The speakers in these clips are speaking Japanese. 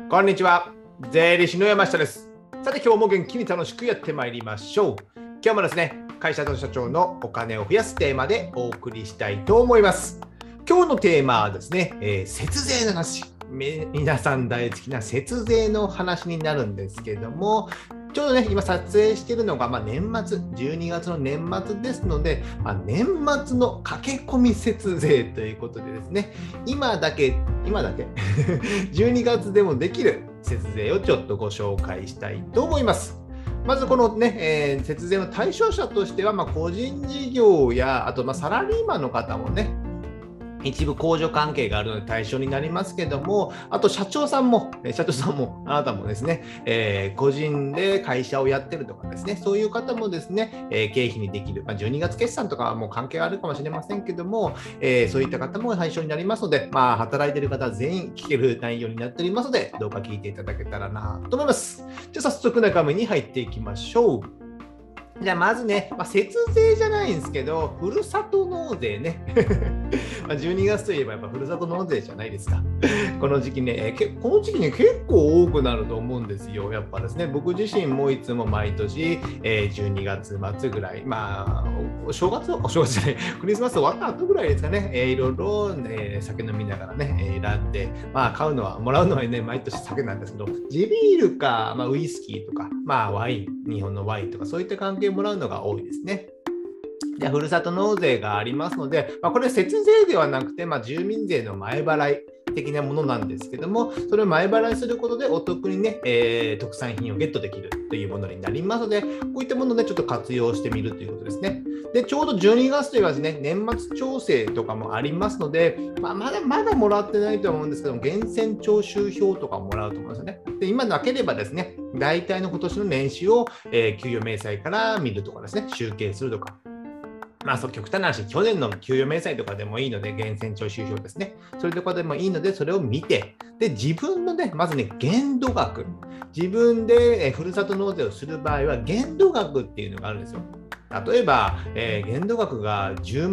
こんにちは。税理士の山下です。さて今日も元気に楽しくやってまいりましょう。今日もですね、会社と社長のお金を増やすテーマでお送りしたいと思います。今日のテーマはですね、節税の話。皆さん大好きな節税の話になるんですけども、ちょうどね、今撮影しているのが、年末、12月の年末ですので、年末の駆け込み節税ということでですね、今だけ、12月でもできる節税をちょっとご紹介したいと思います。まずこのね、節税の対象者としては、個人事業や、あとサラリーマンの方もね、一部控除関係があるので対象になりますけども、あと社長さんもあなたもですね、個人で会社をやってるとかですね、そういう方もですね、経費にできる、12月決算とかはもう関係あるかもしれませんけども、そういった方も対象になりますので、働いている方全員聞ける内容になっておりますので、どうか聞いていただけたらなと思います。じゃあ早速中身に入っていきましょう。じゃあまずね、節税じゃないんですけど、ふるさと納税ね。12月といえばやっぱふるさと納税じゃないですか。この時期ね、結構多くなると思うんですよ。やっぱですね、僕自身もいつも毎年、12月末ぐらい、お正月じゃない、クリスマス終わった後ぐらいですかね、いろいろ、酒飲みながらね、選んで、もらうのはね、毎年酒なんですけど、地ビールか、ウイスキーとか、ワイン、日本のワインとか、そういった関係もらうのが多いですね。じゃあふるさと納税がありますので、これ節税ではなくて、住民税の前払い的なものなんですけども、それを前払いすることでお得にね、特産品をゲットできるというものになりますので、こういったものでちょっと活用してみるということですね。で、ちょうど12月といえばですね、年末調整とかもありますので、まだもらってないと思うんですけども、源泉徴収票とかもらうと思うんですよね。で、今なければですね、大体の今年の年収を、給与明細から見るとかですね、集計するとか。極端な話、去年の給与明細とかでもいいので、源泉徴収票ですね。それとかでもいいので、それを見て、で、自分のね、まずね、限度額。自分でふるさと納税をする場合は、限度額っていうのがあるんですよ。例えば、限度額が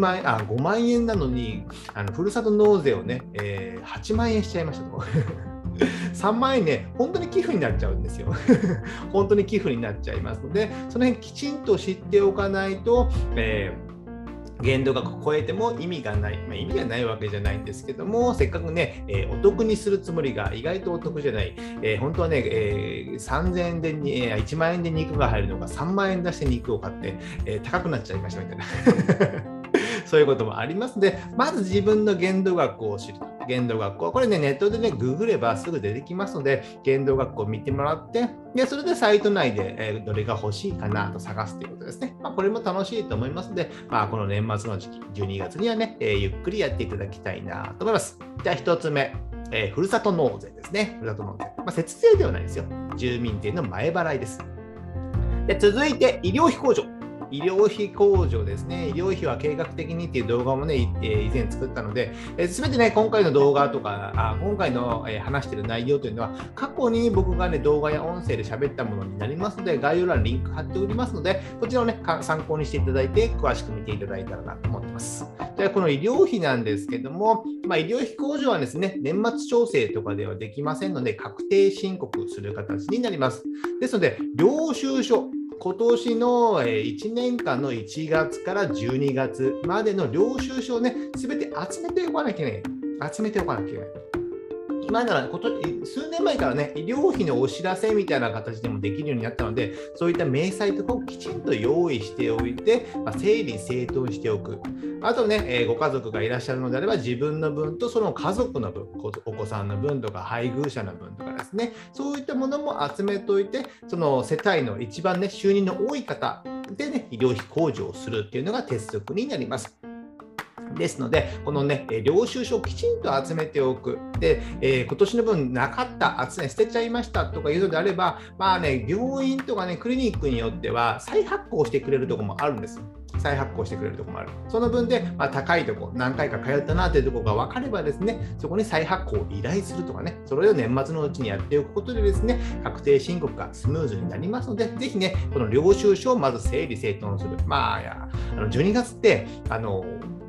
5万円なのに、ふるさと納税をね、8万円しちゃいましたと。3万円ね、本当に寄付になっちゃうんですよ。本当に寄付になっちゃいますので、その辺きちんと知っておかないと、限度額を超えても意味がない、意味がないわけじゃないんですけども、せっかくね、お得にするつもりが意外とお得じゃない、本当はね、3000円で1万円で肉が入るのが3万円出して肉を買って、高くなっちゃいましたみたいな。そういうこともありますので、まず自分の限度額を知る。限度額を、これね、ネットでね、ググればすぐ出てきますので、限度額を見てもらって、でそれでサイト内で、どれが欲しいかなと探すということですね。これも楽しいと思いますので、この年末の時期、12月にはね、ゆっくりやっていただきたいなと思います。じゃあ1つ目、ふるさと納税ですね。ふるさと納税。節税ではないですよ。住民税の前払いです。で続いて、医療費控除。医療費控除ですね。医療費は計画的にっていう動画もね、以前作ったので、すべてね、今回の動画とか、今回の話している内容というのは、過去に僕がね、動画や音声で喋ったものになりますので、概要欄にリンク貼っておりますので、こちらをね、参考にしていただいて、詳しく見ていただいたらなと思ってます。じゃあ、この医療費なんですけども、医療費控除はですね、年末調整とかではできませんので、確定申告する形になります。ですので、領収書、今年の1年間の1月から12月までの領収書をね、すべて集めておかなきゃいけない。今なら数年前からね、医療費のお知らせみたいな形でもできるようになったので、そういった明細とかをきちんと用意しておいて、整理整頓しておく。あとね、ご家族がいらっしゃるのであれば、自分の分とその家族の分、お子さんの分とか配偶者の分とかですね、そういったものも集めておいて、その世帯の一番ね、収入の多い方でね、医療費控除をするっていうのが鉄則になります。ですので、このね、領収書をきちんと集めておく。で、今年の分なかった、捨てちゃいましたとかいうのであれば、病院とかね、クリニックによっては再発行してくれるところもあるんです。再発行してくれるところもある。その分で、高いところ、何回か通ったなというところが分かればですね、そこに再発行を依頼するとかね、それを年末のうちにやっておくことでですね、確定申告がスムーズになりますので、ぜひね、この領収書をまず整理整頓する。12月って、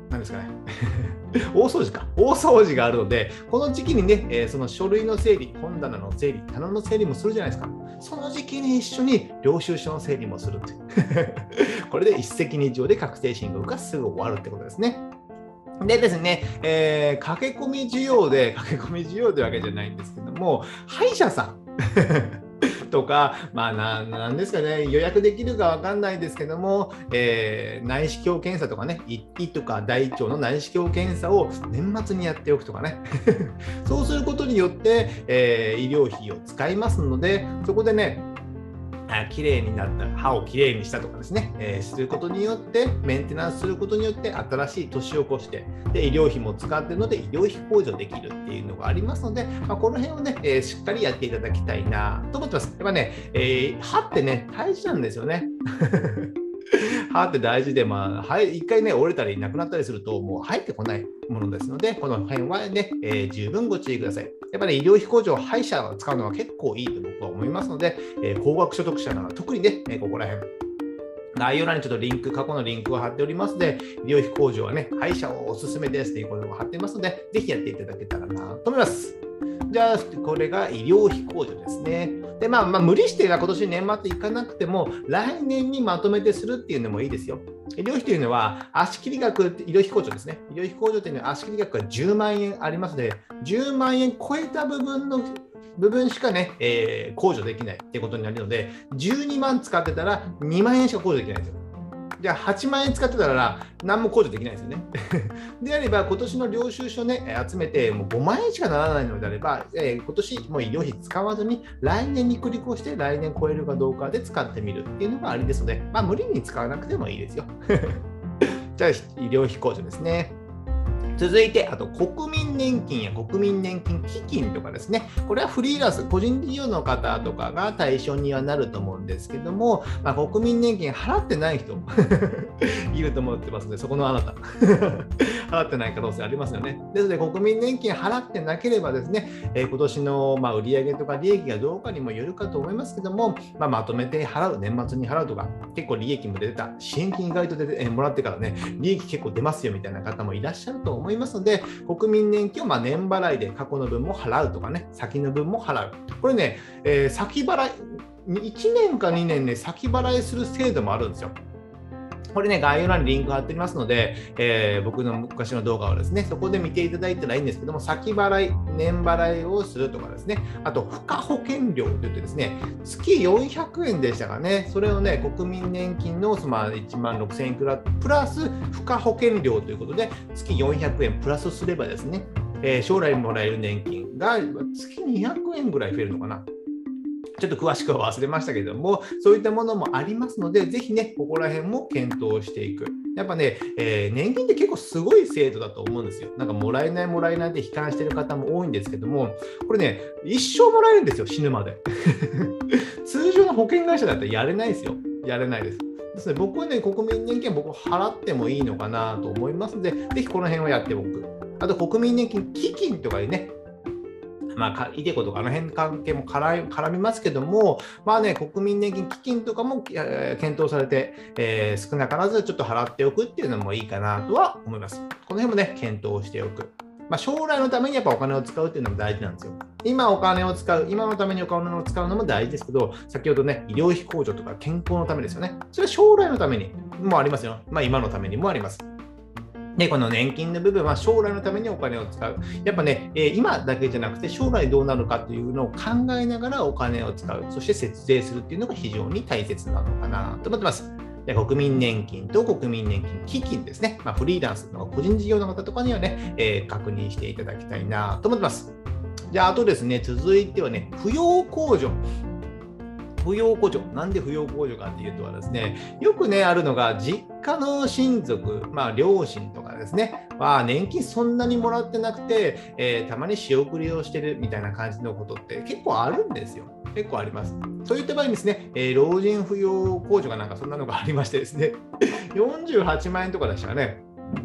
何ですかね大掃除か。大掃除があるので、この時期にね、その書類の整理、本棚の整理、棚の整理もするじゃないですか。その時期に一緒に領収書の整理もするってこれで一石二鳥で確定申告がすぐ終わるってことですね。でですね、駆け込み需要でわけじゃないんですけども、歯医者さんとか、まあなんですかね、予約できるかわかんないですけども、内視鏡検査とかね、胃とか大腸の内視鏡検査を年末にやっておくとかね、そうすることによって、医療費を使いますので、そこでね、きれいになった歯をきれいにしたとかですね、することによってメンテナンスすることによって新しい年を越してで医療費も使っているので医療費控除できるっていうのがありますので、この辺をね、しっかりやっていただきたいなと思ってます。やっぱね、歯ってね大事なんですよね。歯って大事で、一回ね折れたりなくなったりするともう入ってこないものですので、この辺はね、十分ご注意ください。やっぱり、医療費控除を歯医者が使うのは結構いいと僕は思いますので、高額所得者なら特にね、ここら辺。概要欄にちょっと過去のリンクを貼っておりますので、医療費控除はね、歯医者をおすすめですということを貼っていますので、ぜひやっていただけたらなと思います。じゃあ、これが医療費控除ですね。で、無理して今年年末行かなくても、来年にまとめてするっていうのもいいですよ。医療費というのは、足切り額、医療費控除ですね。医療費控除というのは足切り額が10万円ありますので、10万円超えた部分しかね、控除できないってことになるので、12万使ってたら2万円しか控除できないんですよ。じゃあ8万円使ってたら何も控除できないですよね。であれば今年の領収書ね集めてもう5万円しかならないのであれば、今年もう医療費使わずに来年に繰り越して来年超えるかどうかで使ってみるっていうのがありですので、無理に使わなくてもいいですよ。じゃあ医療費控除ですね。続いて、あと国民年金や国民年金基金とかですね、これはフリーランス、個人事業の方とかが対象にはなると思うんですけども、国民年金払ってない人いると思ってますので、そこのあなた、払ってない可能性ありますよね。ですので、国民年金払ってなければですね、今年の売上とか利益がどうかにもよるかと思いますけども、まとめて払う、年末に払うとか、結構利益も出た、支援金意外ともらってからね、利益結構出ますよみたいな方もいらっしゃると思いますので、国民年金を年払いで過去の分も払うとかね、先の分も払う。これね、先払い、1年か2年ね、先払いする制度もあるんですよ。これね、概要欄にリンク貼っておりますので、僕の昔の動画をですね、そこで見ていただいたらいいんですけども、先払い、年払いをするとかですね、あと、付加保険料といってですね、月400円でしたかね、それをね、国民年金の1万6000円くらい、プラス付加保険料ということで、月400円プラスすればですね、将来もらえる年金が月200円ぐらい増えるのかな。ちょっと詳しくは忘れましたけれども、そういったものもありますので、ぜひね、ここら辺も検討していく。やっぱね、年金って結構すごい制度だと思うんですよ。なんかもらえないって悲観してる方も多いんですけども、これね、一生もらえるんですよ、死ぬまで。通常の保険会社だったらやれないですよ。やれないです。ですので、僕はね、国民年金は僕払ってもいいのかなと思いますので、ぜひこの辺はやっておく。あと、国民年金基金とかにね、イデコとかあの辺関係も絡みますけども、国民年金基金とかも検討されて、少なからずちょっと払っておくっていうのもいいかなとは思います。この辺もね、検討しておく。将来のためにやっぱお金を使うっていうのも大事なんですよ。今のためにお金を使うのも大事ですけど、先ほどね、医療費控除とか健康のためですよね。それは将来のためにもありますよ。今のためにもあります。で、この年金の部分は将来のためにお金を使う。やっぱね、今だけじゃなくて将来どうなるかというのを考えながらお金を使う。そして節税するっていうのが非常に大切なのかなと思ってます。で、国民年金と国民年金基金ですね。フリーランスの個人事業の方とかにはね、確認していただきたいなと思ってます。じゃあ、あとですね、続いてはね、扶養控除。扶養控除。なんで扶養控除かっていうとはですね、よくね、あるのが、実家の親族、両親とかですね、年金そんなにもらってなくて、たまに仕送りをしてるみたいな感じのことって結構あるんですよ。結構あります。そういった場合にですね、老人扶養控除がなんかそんなのがありましてですね、48万円とかでしたらね、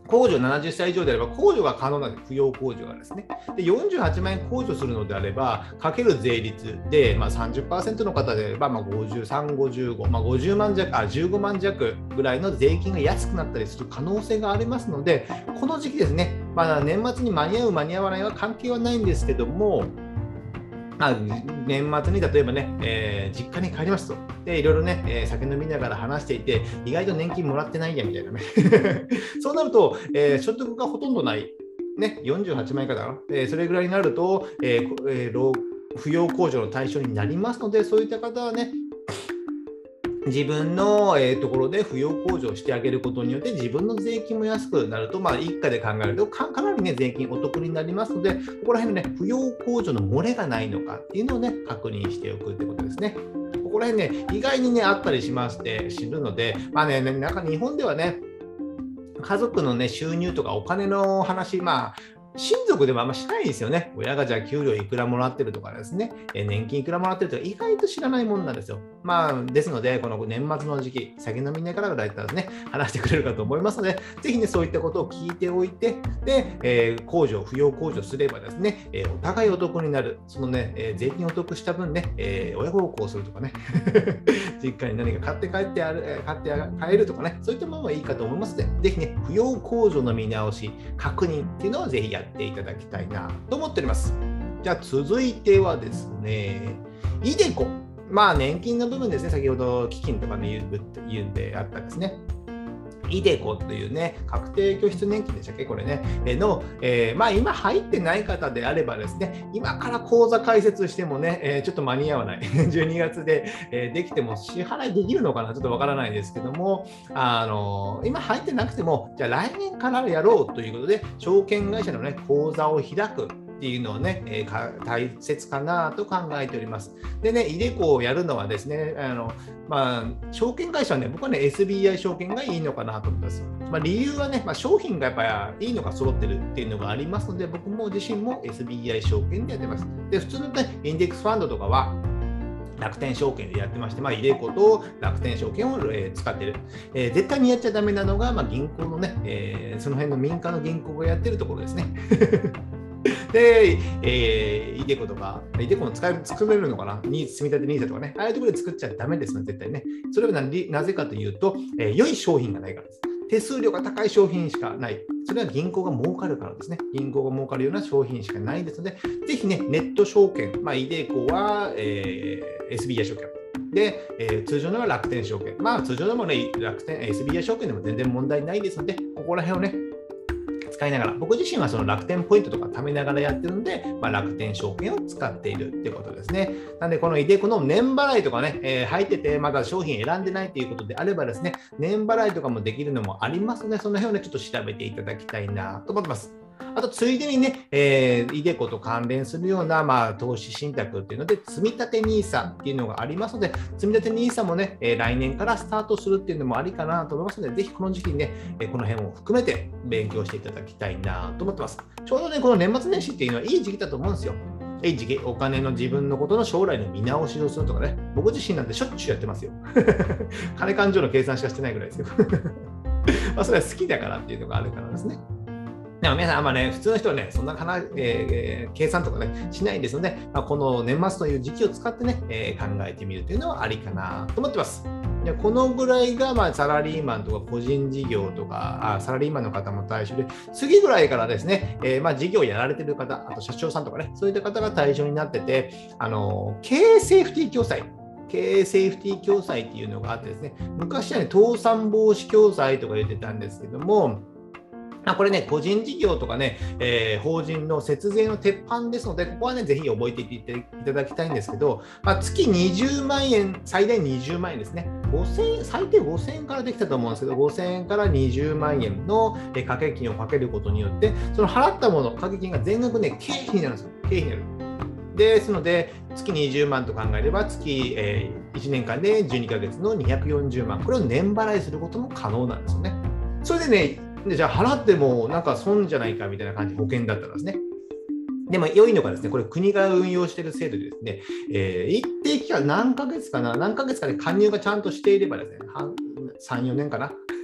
控除70歳以上であれば、控除が可能なので、扶養控除がですね。で、48万円控除するのであれば、かける税率で、30% の方であれば、53、55、50万弱、15万弱ぐらいの税金が安くなったりする可能性がありますので、この時期ですね、年末に間に合う、間に合わないは関係はないんですけども、年末に例えばね、実家に帰りますと。で、いろいろね、酒飲みながら話していて、意外と年金もらってないやみたいなね。そうなると、所得がほとんどない、ね、48万円からかな、それぐらいになると、扶養控除の対象になりますので、そういった方はね、自分のところで扶養控除をしてあげることによって自分の税金も安くなると、一家で考えるとかなりね、税金お得になりますので、ここら辺のね、扶養控除の漏れがないのかっていうのをね、確認しておくってことですね。ここら辺ね、意外にね、あったりしまして知るので、なんか日本ではね、家族のね、収入とかお金の話、親族でもあんましないですよね。親がじゃあ給料いくらもらってるとかですね、年金いくらもらってるとか意外と知らないもんなんですよ。ですので、この年末の時期、酒飲みながらだったらね、話してくれるかと思いますので、ぜひね、そういったことを聞いておいて、で、扶養控除すればですね、お互いお得になる、そのね、税金をお得した分ね、親孝行するとかね、実家に何か買って帰るとかね、そういったものもいいかと思いますので、ぜひね、扶養控除の見直し、確認っていうのをぜひやっていただきたいなと思っております。じゃあ続いてはですね、iDeCo。年金の部分ですね、先ほど基金とかの言うんであったんですね。iDeCoというね、確定拠出年金でしたっけ、これね、今入ってない方であればですね、今から口座開設してもね、ちょっと間に合わない。12月で、できても支払いできるのかな、ちょっとわからないですけども、今入ってなくても、じゃあ来年からやろうということで、証券会社のね、口座を開く。っていうのをね、大切かなと考えております。でね、iDeCoをやるのはですね、証券会社はね、僕はね、SBI 証券がいいのかなと思います。理由はね、商品がやっぱりいいのが揃ってるっていうのがありますので、僕も自身も SBI 証券でやってます。で、普通のね、インデックスファンドとかは、楽天証券でやってまして、iDeCoと楽天証券を、使っている。絶対にやっちゃダメなのが、銀行のね、その辺の民間の銀行がやってるところですね。で、iDeCo とか、iDeCo も作れるのかな、積み立て NISA とかね、ああいうところで作っちゃダメですね、絶対ね。それはなぜかというと、良い商品がないからです。手数料が高い商品しかない。それは銀行が儲かるからですね。銀行が儲かるような商品しかないですので、ぜひね、ネット証券、iDeCo は、SBI 証券。で、通常のは楽天証券。通常でもね、SBI 証券でも全然問題ないですので、ここら辺をね、使いながら、僕自身はその楽天ポイントとか貯めながらやってるので、楽天証券を使っているってことですね。なので、このiDeCoの年払いとかね、入ってて、まだ商品選んでないということであればですね、年払いとかもできるのもありますので、その辺をね、ちょっと調べていただきたいなと思ってます。あと、ついでにね、iDeCoと関連するような、投資信託っていうので、積立 NISA っていうのがありますので、積立 NISA もね、来年からスタートするっていうのもありかなと思いますので、ぜひこの時期にね、この辺も含めて勉強していただきたいなと思ってます。ちょうどね、この年末年始っていうのはいい時期だと思うんですよ。いい時期、お金の自分のことの将来の見直しをするとかね、僕自身なんてしょっちゅうやってますよ。金勘定の計算しかしてないぐらいですよ。それは好きだからっていうのがあるからですね。でも皆さん、普通の人はね、そんな計算とかね、しないですので、この年末という時期を使ってね、考えてみるというのはありかなと思ってます。でこのぐらいが、サラリーマンとか個人事業とか、サラリーマンの方も対象で、次ぐらいからですね、事業をやられている方、あと社長さんとかね、そういった方が対象になってて、経営セーフティー共済。経営セーフティー共済っていうのがあってですね、昔はね、倒産防止共済とか言ってたんですけども、これね、個人事業とかね、法人の節税の鉄板ですので、ここはね、ぜひ覚えていただきたいんですけど、月20万円、最大20万円ですね。最低5000円からできたと思うんですけど、5000円から20万円の掛け金をかけることによって、その払ったもの、掛け金が全額ね、経費になるんですよ。経費になる。ですので、月20万と考えれば、月、1年間で12ヶ月の240万。これを年払いすることも可能なんですよね。それでね、じゃあ払ってもなんか損じゃないかみたいな感じで保険だったらですね。でも良いのがですね、これ国が運用している制度でですね、一定期間何ヶ月かで加入がちゃんとしていればですね、3、4年かな。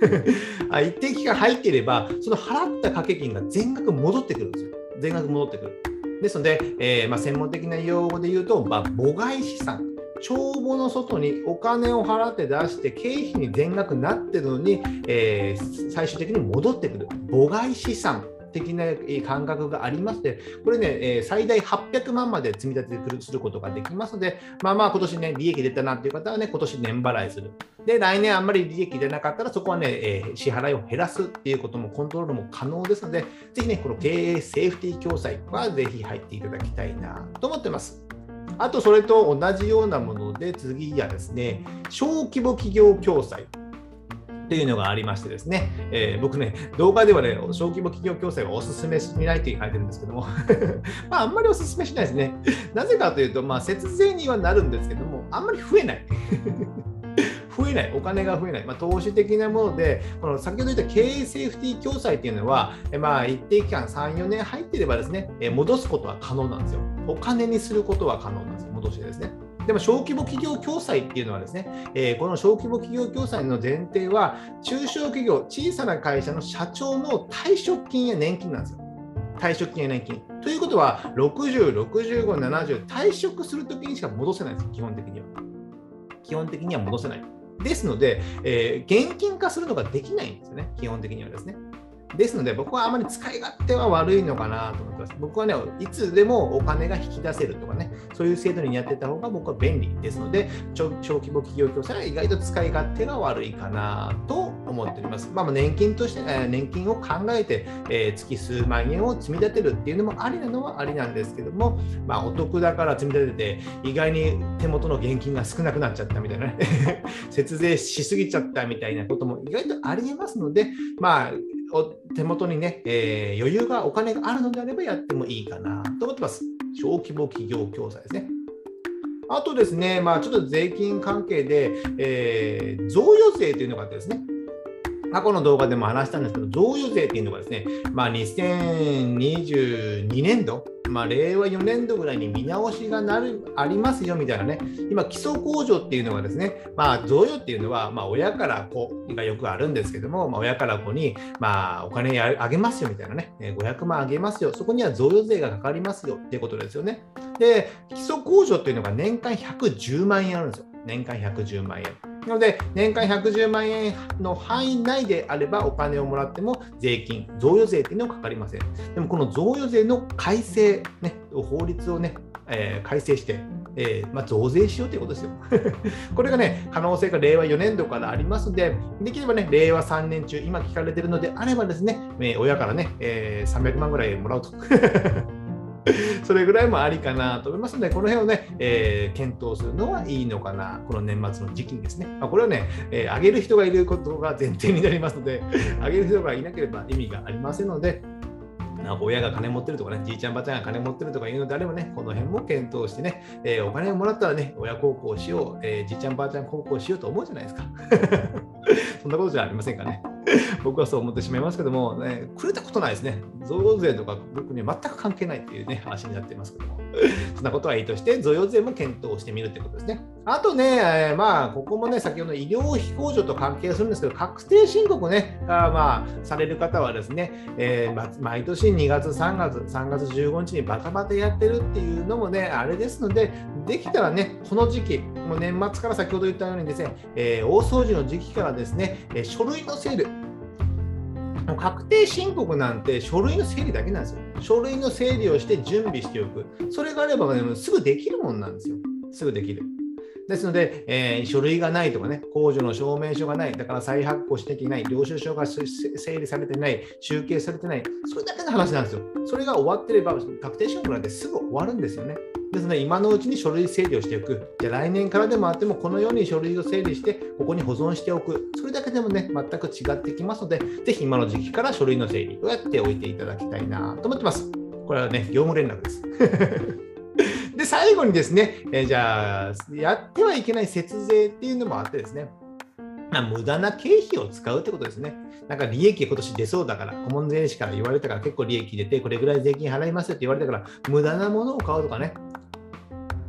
一定期間入っていれば、その払った掛け金が全額戻ってくるんですよ。全額戻ってくる。ですので、専門的な用語で言うと、母外資産。帳簿の外にお金を払って出して経費に全額なってるのに、最終的に戻ってくる母外資産的な感覚がありまして、これね、最大800万まで積み立てすることができますので、今年ね、利益出たなという方はね、今年年払いする。で、来年あんまり利益出なかったら、そこはね、支払いを減らすっていうこともコントロールも可能ですので、ぜひね、この経営セーフティー共済はぜひ入っていただきたいなと思ってます。あと、それと同じようなもので、次はですね、小規模企業共済というのがありましてですね、僕ね、動画ではね、小規模企業共済はお勧めしないと書いてるんですけども、あんまりお勧めしないですね。なぜかというと、節税にはなるんですけども、あんまり増えない。増えない、お金が増えない、投資的なもので、この先ほど言った経営セーフティー共済というのは、一定期間3、4年入っていればですね、戻すことは可能なんですよ。お金にすることは可能なんですよ、戻してですね。でも小規模企業共済っていうのはですね、この小規模企業共済の前提は、中小企業、小さな会社の社長の退職金や年金なんですよ。退職金や年金。ということは、60、65、70、退職するときにしか戻せないんですよ、基本的には。基本的には戻せない。ですので、現金化するのができないんですよね、基本的にはですね。ですので、僕はあまり使い勝手は悪いのかなと思ってます。僕はね、いつでもお金が引き出せるとかね、そういう制度にやってた方が僕は便利ですので、小規模企業共済は意外と使い勝手が悪いかなと思っております。年金として、年金を考えて、月数万円を積み立てるっていうのもありなのはありなんですけども、お得だから積み立てて、意外に手元の現金が少なくなっちゃったみたいなね、節税しすぎちゃったみたいなことも意外とありえますので、手元にね、余裕がお金があるのであればやってもいいかなと思ってます。小規模企業共済ですね。あとですね、ちょっと税金関係で、贈与税というのがあってですね、過去の動画でも話したんですけど、贈与税っていうのがですね、2022年度、令和4年度ぐらいに見直しがありますよみたいなね、今、基礎控除っていうのがですね、贈与っていうのは、親から子がよくあるんですけども、親から子に、お金あげますよみたいなね、500万あげますよ、そこには贈与税がかかりますよっていうことですよね。で、基礎控除っていうのが年間110万円あるんですよ。年間110万円。なので、年間110万円の範囲内であれば、お金をもらっても税金、贈与税っていうのはかかりません。でも、この贈与税の改正、法律をね、改正して、増税しようということですよ。これがね、可能性が令和4年度からありますので、できればね、令和3年中、今聞かれているのであればですね、親からね、300万ぐらいもらうと。それぐらいもありかなと思いますので、この辺をね、検討するのはいいのかな、この年末の時期にですね。これはね、あげる人がいることが前提になりますので、あげる人がいなければ意味がありませんので、親が金持ってるとかね、じいちゃんばあちゃんが金持ってるとかいうのであればね、この辺も検討してね、お金をもらったらね、親孝行しよう、じいちゃんばあちゃん孝行しようと思うじゃないですか。そんなことじゃありませんかね。僕はそう思ってしまいますけども、くれたことないですね。贈与税とか僕には全く関係ないっていうね、話になっていますけども。そんなことはいいとして、贈与税も検討してみるってことですね。あとね、ここもね、先ほどの医療費控除と関係するんですけど、確定申告ね、される方はですね、毎年2月、3月15日にバタバタやってるっていうのもね、あれですので、できたらね、この時期、もう年末から先ほど言ったようにですね、大掃除の時期からですね、書類の整理、確定申告なんて書類の整理だけなんですよ。書類の整理をして準備しておく。それがあれば、ね、すぐできるもんなんですよ。すぐできる。ですので、書類がないとかね、控除の証明書がない、だから再発行していない、領収書が整理されてない、集計されてない、それだけの話なんですよ。それが終わってれば、確定申告なんてすぐ終わるんですよね。ですので、今のうちに書類整理をしておく。じゃあ来年からでもあっても、このように書類を整理して、ここに保存しておく。それだけでもね、全く違ってきますので、ぜひ今の時期から書類の整理をやっておいていただきたいなと思ってます。これはね、業務連絡です。で、最後にですね、じゃあ、やってはいけない節税っていうのもあってですね、無駄な経費を使うってことですね。なんか利益が今年出そうだから、顧問税理士から言われたから結構利益出て、これぐらい税金払いますよって言われたから、無駄なものを買うとかね、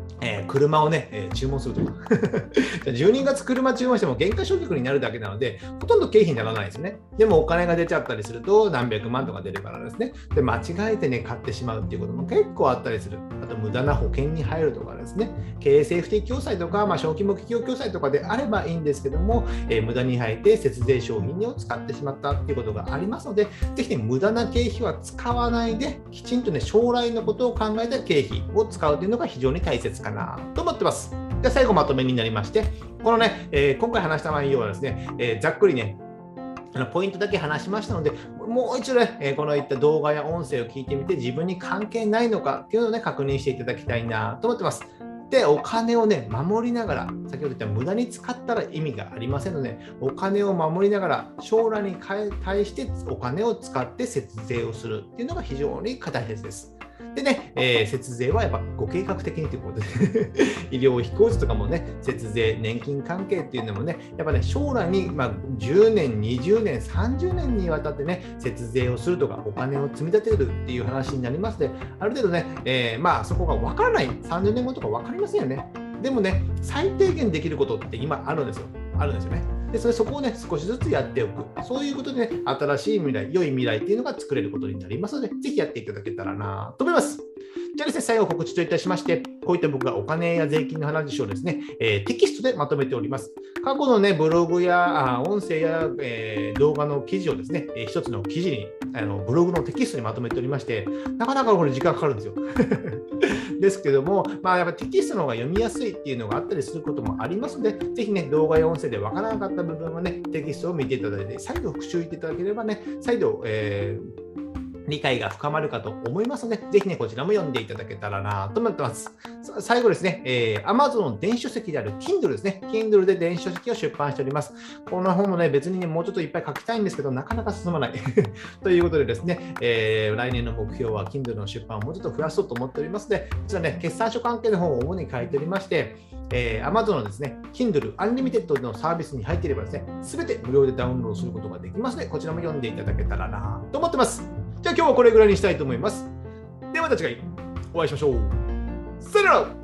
車をね、注文するとか。12月車注文しても原価償却になるだけなので、ほとんど経費にならないですよね。でもお金が出ちゃったりすると何百万とか出るからですね。で、間違えてね、買ってしまうっていうことも結構あったりする。あと、無駄な保険に入るとかですね。経営セーフティー共済とか、小規模企業共済とかであればいいんですけども、無駄に入って節税商品を使ってしまったっていうことがありますので、ぜひね、無駄な経費は使わないで、きちんとね、将来のことを考えた経費を使うというのが非常に大切かなと思ってます。で、最後まとめになりまして、このね、今回話した内容はですね、ざっくりね、ポイントだけ話しましたので、もう一度ね、このいった動画や音声を聞いてみて、自分に関係ないのかっていうのをね、確認していただきたいなと思ってます。で、お金をね、守りながら、先ほど言った無駄に使ったら意味がありませんので、お金を守りながら、将来に対してお金を使って節税をするっていうのが非常に大切です。でね、節税はやっぱご計画的にということで医療費控除とかもね、節税、年金関係っていうのもね、やっぱね、将来に、10年、20年、30年にわたってね、節税をするとか、お金を積み立てるっていう話になりますので、ある程度ね、そこが分からない、30年後とか分かりませんよね。でもね、最低限できることって今あるんですよ。あるんですよね。で、そこをね、少しずつやっておく。そういうことでね、新しい未来、良い未来っていうのが作れることになりますので、ぜひやっていただけたらなと思います。じゃあですね、最後告知といたしまして、こういった僕がお金や税金の話をですね、テキストでまとめております。過去のね、ブログや音声や、動画の記事をですね、一つの記事に、ブログのテキストにまとめておりまして、なかなかこれ時間かかるんですよ。ですけども、やっぱテキストの方が読みやすいっていうのがあったりすることもありますので、ぜひね、動画や音声でわからなかった部分はね、テキストを見ていただいて、再度復習していただければね、再度、理解が深まるかと思いますので、ぜひね、こちらも読んでいただけたらなと思ってます。最後ですね、Amazon の電子書籍である Kindle ですね。Kindle で電子書籍を出版しております。この本もね、別にね、もうちょっといっぱい書きたいんですけど、なかなか進まない。ということでですね、来年の目標は Kindle の出版をもうちょっと増やそうと思っておりますので、こちらね、決算書関係の本を主に書いておりまして、Amazon のですね、Kindle Unlimited のサービスに入っていればですね、すべて無料でダウンロードすることができますので、こちらも読んでいただけたらなと思ってます。じゃあ今日はこれぐらいにしたいと思います。ではまた次回お会いしましょう。さよなら。